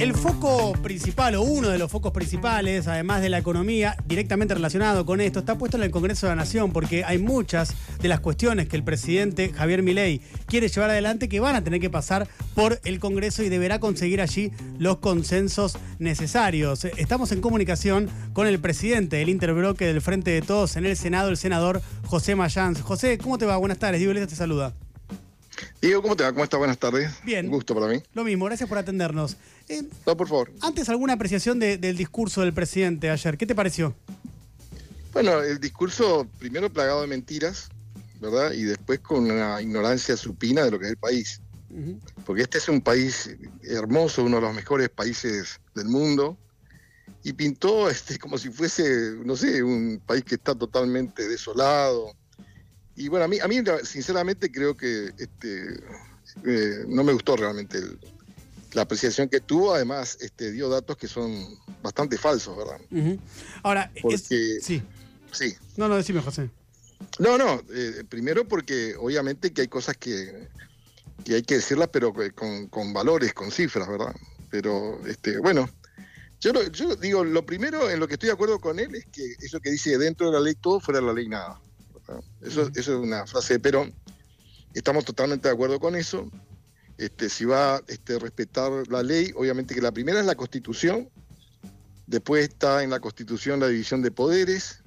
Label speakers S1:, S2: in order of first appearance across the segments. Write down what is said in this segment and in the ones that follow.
S1: El foco principal, o uno de los focos principales, además de la economía, directamente relacionado con esto, está puesto en el Congreso de la Nación, porque hay muchas de las cuestiones que el presidente Javier Milei quiere llevar adelante que van a tener que pasar por el Congreso y deberá conseguir allí los consensos necesarios. Estamos en comunicación con el presidente del interbloque del Frente de Todos en el Senado, el senador José Mayans. José, ¿cómo te va? Buenas tardes. Diego Iglesias te saluda.
S2: Diego, ¿cómo te va? ¿Cómo estás? Buenas tardes.
S1: Bien.
S2: Un gusto para mí.
S1: Lo mismo, gracias por atendernos.
S2: No, por favor.
S1: Antes, ¿alguna apreciación del discurso del presidente ayer? ¿Qué te pareció?
S2: Bueno, el discurso primero plagado de mentiras, ¿verdad? Y después con una ignorancia supina de lo que es el país. Porque este es un país hermoso, uno de los mejores países del mundo, y pintó como si fuese, no sé, un país que está totalmente desolado. Y bueno, a mí sinceramente creo que no me gustó realmente la apreciación que tuvo. Además, dio datos que son bastante falsos, ¿verdad?
S1: Ahora,
S2: porque,
S1: sí.
S2: Sí.
S1: No, decime, José.
S2: No, primero porque obviamente que hay cosas que hay que decirlas, pero con valores, con cifras, ¿verdad? Pero, bueno, yo digo, lo primero en lo que estoy de acuerdo con él es que eso que dice dentro de la ley todo, fuera de la ley nada. Eso es una frase de Perón. Estamos totalmente de acuerdo con eso. Si va a respetar la ley, obviamente que la primera es la Constitución, después está en la Constitución la división de poderes,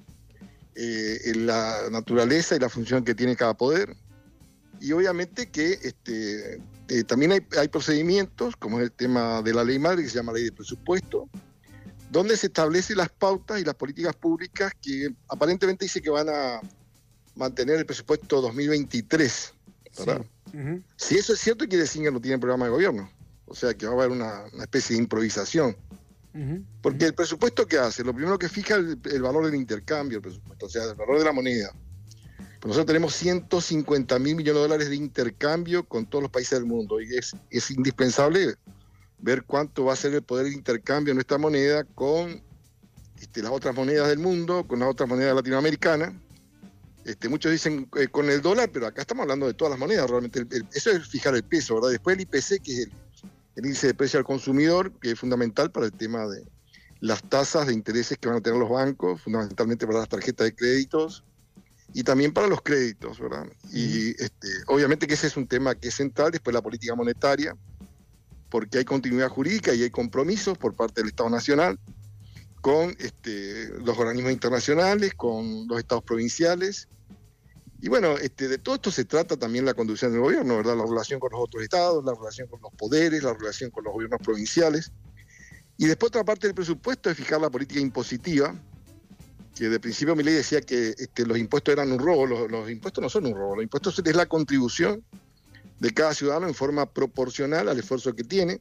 S2: en la naturaleza y la función que tiene cada poder, y obviamente que también hay procedimientos, como es el tema de la ley madre, que se llama ley de presupuesto, donde se establecen las pautas y las políticas públicas que aparentemente dice que van a mantener el presupuesto 2023, ¿verdad? Sí. Si eso es cierto, quiere decir que no tienen programa de gobierno. O sea, que va a haber una especie de improvisación. Porque el presupuesto, ¿qué hace? Lo primero que fija el valor del intercambio, el presupuesto, o sea, el valor de la moneda. Pues nosotros tenemos 150 mil millones de dólares de intercambio con todos los países del mundo, y es indispensable ver cuánto va a ser el poder de intercambio de nuestra moneda con las otras monedas del mundo, con las otras monedas latinoamericanas. Muchos dicen con el dólar, pero acá estamos hablando de todas las monedas, realmente. Eso es fijar el peso, ¿verdad? Después el IPC, que es el índice de precio al consumidor, que es fundamental para el tema de las tasas de intereses que van a tener los bancos, fundamentalmente para las tarjetas de créditos y también para los créditos, ¿verdad? Y obviamente que ese es un tema que es central. Después la política monetaria, porque hay continuidad jurídica y hay compromisos por parte del Estado Nacional con los organismos internacionales, con los estados provinciales. Y bueno, de todo esto se trata también la conducción del gobierno, ¿verdad? La relación con los otros estados, la relación con los poderes, la relación con los gobiernos provinciales. Y después otra parte del presupuesto es fijar la política impositiva, que de principio Milei decía que los impuestos eran un robo. Los impuestos no son un robo, los impuestos es la contribución de cada ciudadano en forma proporcional al esfuerzo que tiene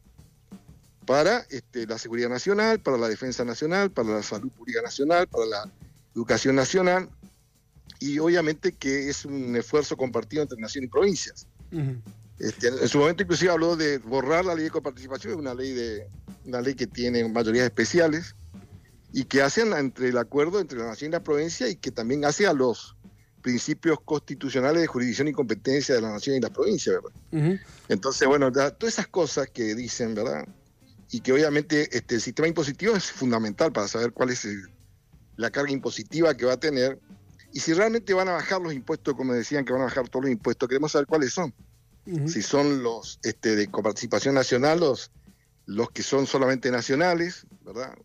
S2: para la seguridad nacional, para la defensa nacional, para la salud pública nacional, para la educación nacional, y obviamente que es un esfuerzo compartido entre nación y provincias. En su momento inclusive habló de borrar la ley de coparticipación, es una ley que tiene mayorías especiales y que hace entre el acuerdo entre la nación y la provincia, y que también hace a los principios constitucionales de jurisdicción y competencia de la nación y la provincia, ¿verdad? Entonces, bueno, todas esas cosas que dicen, ¿verdad? Y que obviamente el sistema impositivo es fundamental para saber cuál es la carga impositiva que va a tener, y si realmente van a bajar los impuestos, como decían que van a bajar todos los impuestos, queremos saber cuáles son. Si son los de coparticipación nacional, los que son solamente nacionales, ¿verdad?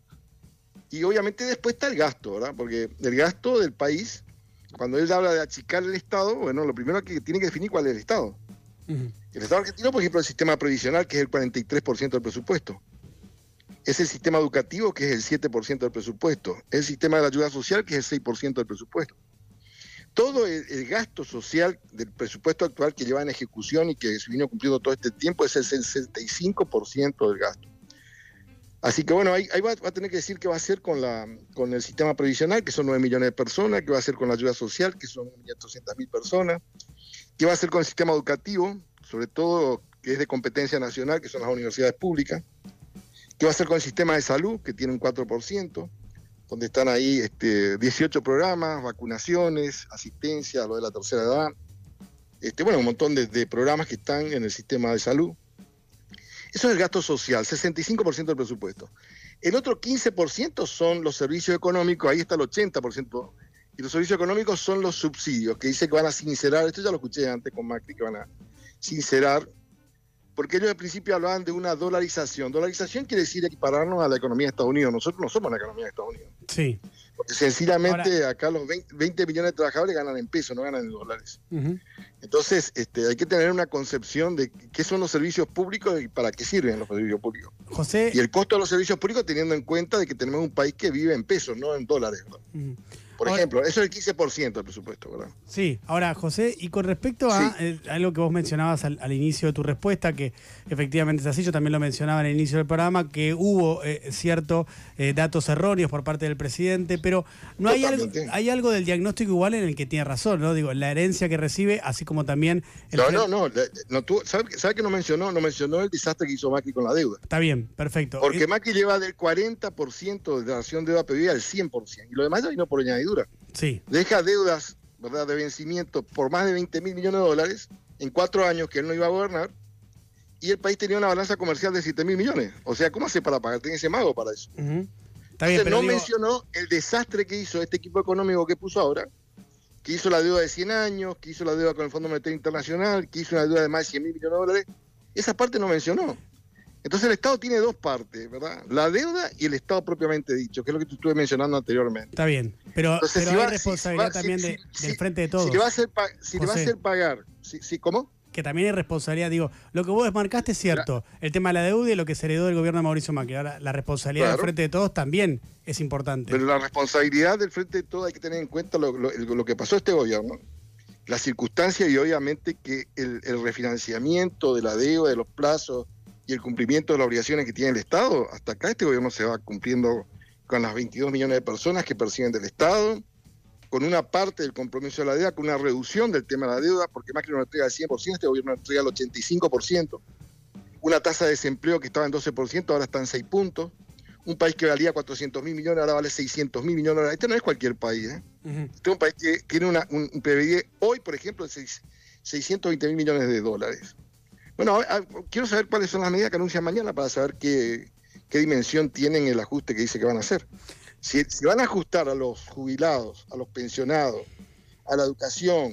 S2: Y obviamente después está el gasto, ¿verdad? Porque el gasto del país, cuando él habla de achicar el Estado, bueno, lo primero que tiene que definir cuál es el Estado. El Estado argentino, por ejemplo, el sistema previsional, que es el 43% del presupuesto. Es el sistema educativo, que es el 7% del presupuesto. Es el sistema de la ayuda social, que es el 6% del presupuesto. Todo el gasto social del presupuesto actual que lleva en ejecución y que se vino cumpliendo todo este tiempo es el 65% del gasto. Así que bueno, ahí va a tener que decir qué va a hacer con el sistema previsional, que son 9 millones de personas, qué va a hacer con la ayuda social, que son 1.800.000 personas, qué va a hacer con el sistema educativo, sobre todo que es de competencia nacional, que son las universidades públicas, qué va a hacer con el sistema de salud, que tiene un 4%, donde están ahí 18 programas, vacunaciones, asistencia, lo de la tercera edad, bueno, un montón de programas que están en el sistema de salud. Eso es el gasto social, 65% del presupuesto. El otro 15% son los servicios económicos, ahí está el 80%. Y los servicios económicos son los subsidios, que dice que van a sincerar, esto ya lo escuché antes con Macri, que van a sincerar, porque ellos al principio hablaban de una dolarización. Dolarización quiere decir equipararnos a la economía de Estados Unidos. Nosotros no somos la economía de Estados Unidos.
S1: Sí.
S2: Porque sencillamente
S1: Ahora,
S2: acá los 20 millones de trabajadores ganan en pesos, no ganan en dólares.
S1: uh-huh.
S2: Entonces hay que tener una concepción de qué son los servicios públicos y para qué sirven los servicios públicos.
S1: José.
S2: Y el costo de los servicios públicos teniendo en cuenta de que tenemos un país que vive en pesos, no en dólares, ¿verdad?
S1: Uh-huh.
S2: Por ejemplo, eso es el 15% del presupuesto, ¿verdad?
S1: Sí, ahora José, y con respecto a algo que vos mencionabas al inicio de tu respuesta, que efectivamente es así, yo también lo mencionaba en el inicio del programa, que hubo datos erróneos por parte del presidente, pero no hay algo del diagnóstico igual en el que tiene razón, ¿no? Digo, la herencia que recibe, así como también...
S2: ¿Sabe que no mencionó el desastre que hizo Macri con la deuda?
S1: Está bien, perfecto.
S2: Porque Macri lleva del 40% de relación deuda PBI al 100%, y lo demás ya vino por añadidura.
S1: Sí.
S2: Deja deudas, ¿verdad?, de vencimiento por más de 20.000 millones de dólares en 4 años que él no iba a gobernar, y el país tenía una balanza comercial de 7.000 millones. O sea, ¿cómo hace para pagar? Tiene ese mago para eso.
S1: Uh-huh. Está bien, pero
S2: mencionó el desastre que hizo este equipo económico que puso ahora, que hizo la deuda de 100 años, que hizo la deuda con el Fondo Monetario Internacional, que hizo una deuda de más de 100.000 millones de dólares. Esa parte no mencionó. Entonces el Estado tiene dos partes, ¿verdad? La deuda y el Estado propiamente dicho, que es lo que tú estuve mencionando anteriormente.
S1: Está bien, pero hay responsabilidad también del Frente de Todos.
S2: Si le va a hacer pagar, ¿cómo?
S1: Que también hay responsabilidad, digo, lo que vos desmarcaste es cierto, el tema de la deuda y lo que se heredó del gobierno de Mauricio Macri. Ahora, la responsabilidad del Frente de Todos también es importante.
S2: Pero la responsabilidad del Frente de Todos hay que tener en cuenta lo que pasó este gobierno, las circunstancias y obviamente que el refinanciamiento de la deuda, de los plazos, y el cumplimiento de las obligaciones que tiene el Estado. Hasta acá este gobierno se va cumpliendo con las 22 millones de personas que perciben del Estado, con una parte del compromiso de la deuda, con una reducción del tema de la deuda, porque Macri no entrega el 100%, este gobierno entrega el 85%, una tasa de desempleo que estaba en 12%, ahora está en 6 puntos, un país que valía 400.000 millones, ahora vale 600.000 millones de dólares. Este no es cualquier país, ¿eh? Uh-huh. Este es un país que tiene un PBI hoy, por ejemplo, de 620.000 millones de dólares. Bueno, quiero saber cuáles son las medidas que anuncian mañana para saber qué dimensión tienen el ajuste que dice que van a hacer. Si van a ajustar a los jubilados, a los pensionados, a la educación,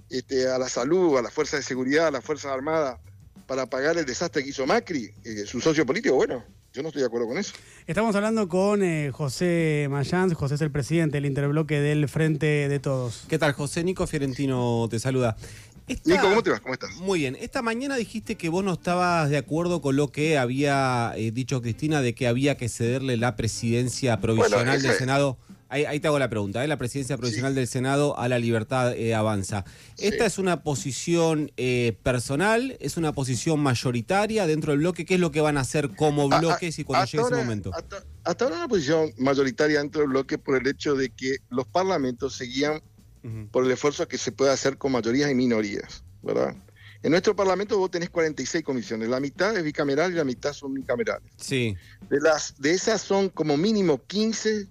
S2: a la salud, a las fuerzas de seguridad, a las fuerzas armadas, para pagar el desastre que hizo Macri, su socio político, bueno, yo no estoy de acuerdo con eso.
S1: Estamos hablando con José Mayans. José es el presidente del interbloque del Frente de Todos.
S3: ¿Qué tal, José? Nico Fiorentino te saluda.
S2: Nico, ¿cómo te vas? ¿Cómo estás?
S3: Muy bien. Esta mañana dijiste que vos no estabas de acuerdo con lo que había dicho Cristina de que había que cederle la presidencia provisional del Senado. Ahí te hago la pregunta, la presidencia provisional del Senado a La Libertad Avanza. ¿Esta es una posición personal? ¿Es una posición mayoritaria dentro del bloque? ¿Qué es lo que van a hacer como bloques y cuando llegue ese momento?
S2: Hasta ahora una posición mayoritaria dentro del bloque por el hecho de que los parlamentos seguían por el esfuerzo que se puede hacer con mayorías y minorías, ¿verdad? En nuestro parlamento vos tenés 46 comisiones, la mitad es bicameral y la mitad son unicamerales.
S3: Sí.
S2: De esas son como mínimo 15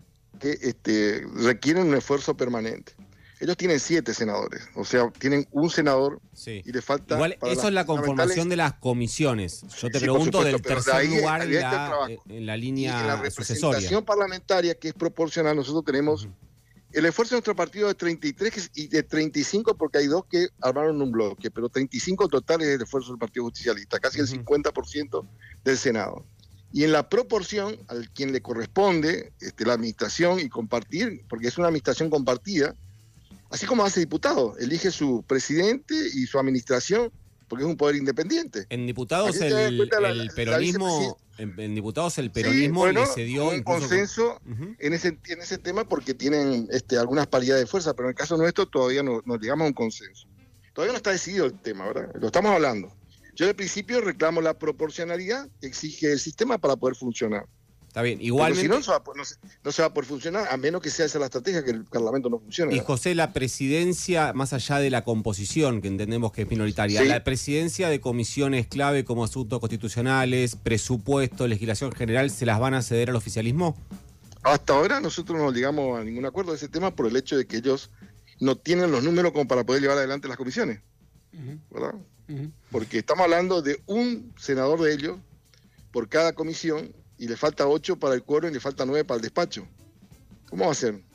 S2: que requieren un esfuerzo permanente. Ellos tienen 7 senadores, o sea, tienen un senador y le falta...
S3: Igual, eso es la conformación de las comisiones. Yo te pregunto del tercer lugar en la línea
S2: en la
S3: sucesoria.
S2: representación parlamentaria, que es proporcional, nosotros tenemos... El esfuerzo de nuestro partido de 33 y de 35 porque hay 2 que armaron un bloque, pero 35 totales es el esfuerzo del Partido Justicialista, casi el 50% del Senado. Y en la proporción al quien le corresponde la administración y compartir, porque es una administración compartida, así como hace diputado, elige su presidente y su administración, porque es un poder independiente.
S3: En diputados el peronismo... En diputados el peronismo le cedió
S2: un consenso en ese tema porque tienen algunas paridades de fuerza, pero en el caso nuestro todavía no llegamos a un consenso. Todavía no está decidido el tema, ¿verdad? Lo estamos hablando. Yo al principio reclamo la proporcionalidad que exige el sistema para poder funcionar.
S3: Está bien, igualmente...
S2: Porque si no se va a poder funcionar, a menos que sea esa la estrategia, que el Parlamento no funcione.
S3: Y José, la presidencia, más allá de la composición, que entendemos que es minoritaria, la presidencia de comisiones clave como asuntos constitucionales, presupuesto, legislación general, ¿se las van a ceder al oficialismo?
S2: Hasta ahora nosotros no llegamos a ningún acuerdo de ese tema por el hecho de que ellos no tienen los números como para poder llevar adelante las comisiones. ¿verdad? Porque estamos hablando de un senador de ellos por cada comisión y le falta 8 para el quórum y le falta 9 para el despacho. ¿Cómo va a ser?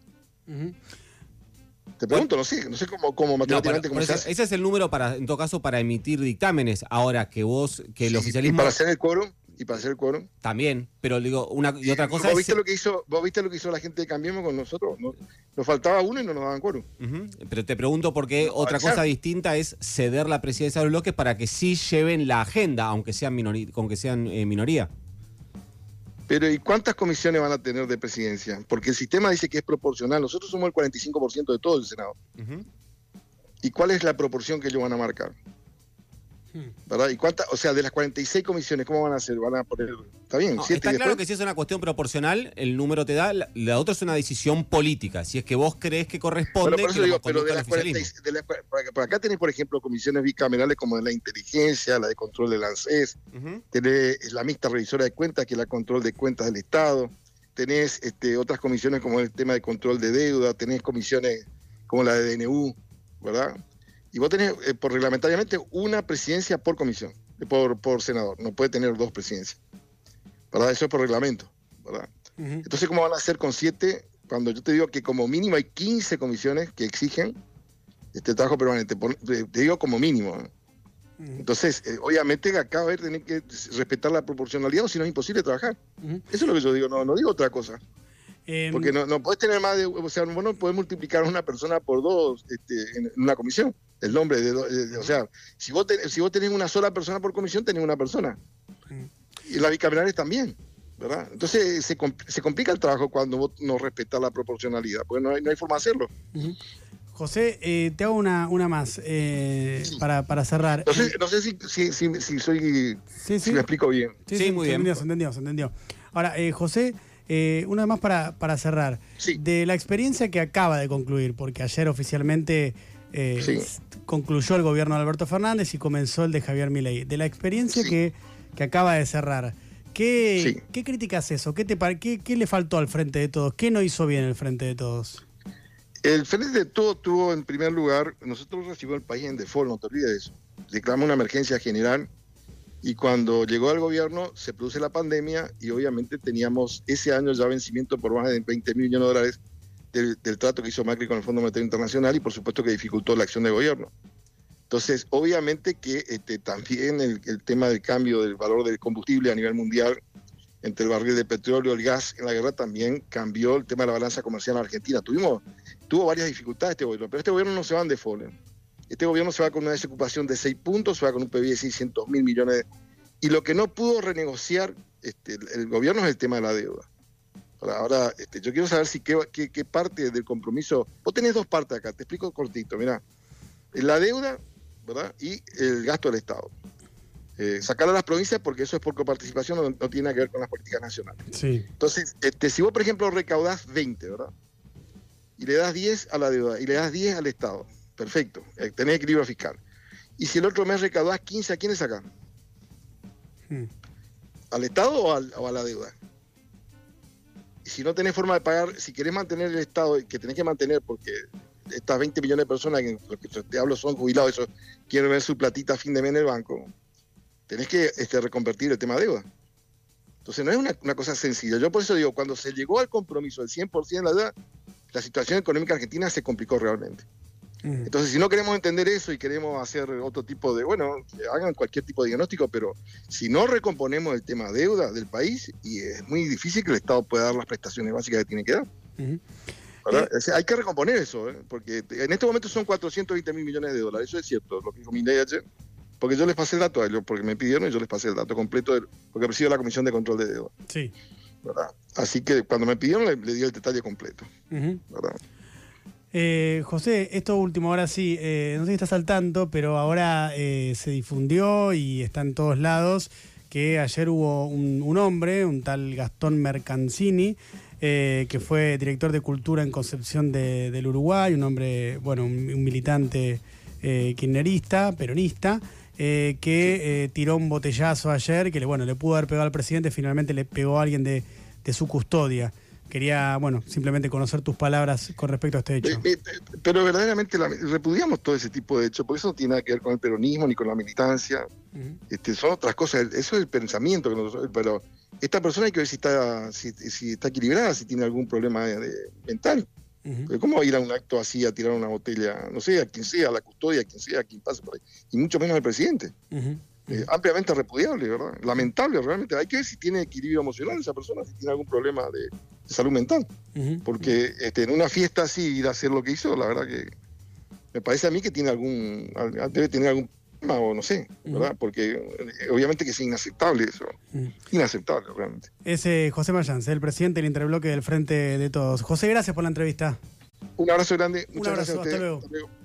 S2: Te pregunto, no sé cómo matemáticamente cómo se hace.
S3: Ese es el número en todo caso, para emitir dictámenes. Ahora que el oficialismo.
S2: ¿Y para hacer el quórum?
S3: También, pero digo, y otra cosa
S2: ¿Vos viste lo que hizo la gente de Cambiemos con nosotros? Nos faltaba uno y no nos daban quórum.
S3: Pero te pregunto por qué otra cosa distinta es ceder la presidencia de los bloques para que sí lleven la agenda, aunque sean minoría.
S2: Pero ¿y cuántas comisiones van a tener de presidencia? Porque el sistema dice que es proporcional. Nosotros somos el 45% de todo el Senado. ¿Y cuál es la proporción que ellos van a marcar? ¿Verdad? ¿Y cuántas? O sea, de las 46 comisiones, ¿cómo van a hacer? ¿Van a poner? Está bien, 7
S3: está claro que si es una cuestión proporcional, el número te da. La otra es una decisión política. Si es que vos crees que corresponde.
S2: Bueno, por eso digo, pero de las 46, por acá tenés, por ejemplo, comisiones bicamerales como de la inteligencia, la de control del ANSES, tenés la mixta revisora de cuentas, que es la control de cuentas del Estado, tenés otras comisiones como el tema de control de deuda, tenés comisiones como la de DNU, ¿verdad? Y vos tenés, por reglamentariamente, una presidencia por comisión, por senador. No puede tener 2 presidencias, ¿verdad? Eso es por reglamento, ¿verdad? Entonces, ¿cómo van a hacer con 7? Cuando yo te digo que como mínimo hay 15 comisiones que exigen este trabajo permanente. Te digo como mínimo, ¿eh? Entonces, obviamente acá va a tener que respetar la proporcionalidad, o si no es imposible trabajar. Eso es lo que yo digo, no digo otra cosa. Porque no podés tener más de... O sea, vos no podés multiplicar a una persona por 2 en una comisión. El nombre o sea, si vos tenés una sola persona por comisión, tenés una persona. Y las bicamerales también, ¿verdad? Entonces se complica el trabajo cuando vos no respetás la proporcionalidad, porque no hay forma de hacerlo.
S1: José, te hago una más para cerrar.
S2: No sé si me explico bien.
S1: Sí, muy bien. Se entendió. Ahora, José, una más para cerrar.
S2: Sí.
S1: De la experiencia que acaba de concluir, porque ayer oficialmente concluyó el gobierno de Alberto Fernández y comenzó el de Javier Milei. De la experiencia que acaba de cerrar, ¿qué crítica es eso? ¿Qué le faltó al Frente de Todos? ¿Qué no hizo bien el Frente de Todos?
S2: El Frente de Todos tuvo, en primer lugar, nosotros recibimos el país en default, no te olvides de eso. Declaramos una emergencia general y cuando llegó al gobierno se produce la pandemia y obviamente teníamos ese año ya vencimiento por más de 20 mil millones de dólares del trato que hizo Macri con el Fondo Monetario Internacional y por supuesto que dificultó la acción del gobierno. Entonces, obviamente que también el tema del cambio del valor del combustible a nivel mundial entre el barril de petróleo, el gas en la guerra también cambió el tema de la balanza comercial en Argentina. Tuvo varias dificultades este gobierno, pero este gobierno no se va en default. Este gobierno se va con una desocupación de 6 puntos, se va con un PIB de 600 mil millones. Y lo que no pudo renegociar el gobierno es el tema de la deuda. Ahora, yo quiero saber si qué parte del compromiso... Vos tenés 2 partes acá, te explico cortito. Mirá, la deuda, ¿verdad? Y el gasto del Estado. Sacar a las provincias porque eso es por coparticipación, no tiene nada que ver con las políticas nacionales.
S1: Sí.
S2: Entonces, si vos, por ejemplo, recaudás 20, ¿verdad? Y le das 10 a la deuda y le das 10 al Estado, perfecto, tenés equilibrio fiscal. Y si el otro mes recaudás 15, ¿a quién le sacás? ¿Al Estado o a la deuda? Y si no tenés forma de pagar, si querés mantener el Estado, que tenés que mantener porque estas 20 millones de personas, que lo que te hablo son jubilados, eso quieren ver su platita a fin de mes en el banco, tenés que reconvertir el tema de deuda. Entonces no es una cosa sencilla. Yo por eso digo, cuando se llegó al compromiso del 100% de la deuda, la situación económica argentina se complicó realmente. Entonces, si no queremos entender eso y queremos hacer otro tipo de, hagan cualquier tipo de diagnóstico, pero si no recomponemos el tema deuda del país, y es muy difícil que el Estado pueda dar las prestaciones básicas que tiene que dar. O sea, hay que recomponer eso, porque en este momento son 420 mil millones de dólares, eso es cierto, lo que dijo Milei ayer, porque yo les pasé el dato a ellos, porque me pidieron y yo les pasé el dato completo, porque presido la Comisión de Control de Deuda.
S1: Sí.
S2: ¿Verdad? Así que cuando me pidieron le di el detalle completo. ¿Verdad?
S1: José, esto último, ahora sí, no sé si estás al tanto, pero ahora se difundió y está en todos lados que ayer hubo un hombre, un tal Gastón Mercancini, que fue director de Cultura en Concepción del Uruguay, un hombre, un militante kirchnerista, peronista, que tiró un botellazo ayer, que le pudo haber pegado al presidente, finalmente le pegó a alguien de su custodia. Quería, bueno, simplemente conocer tus palabras con respecto a este hecho.
S2: Pero verdaderamente repudiamos todo ese tipo de hechos, porque eso no tiene nada que ver con el peronismo ni con la militancia. Son otras cosas, eso es el pensamiento que nosotros, pero esta persona hay que ver si está equilibrada, si tiene algún problema mental. ¿Cómo va a ir a un acto así a tirar una botella, no sé, a quien sea, a la custodia, a quien sea, a quien pase por ahí? Y mucho menos al presidente. Ampliamente repudiable, ¿verdad? Lamentable, realmente. Hay que ver si tiene equilibrio emocional esa persona, si tiene algún problema de salud mental. Porque en una fiesta así ir a hacer lo que hizo, la verdad que me parece a mí que debe tener algún problema, o no sé, ¿verdad? Porque obviamente que es inaceptable eso. Inaceptable, realmente.
S1: Es José Mayans, el presidente del Interbloque del Frente de Todos. José, gracias por la entrevista.
S2: Un abrazo grande.
S1: Un abrazo,
S2: gracias a ustedes.
S1: hasta luego.
S2: Hasta luego.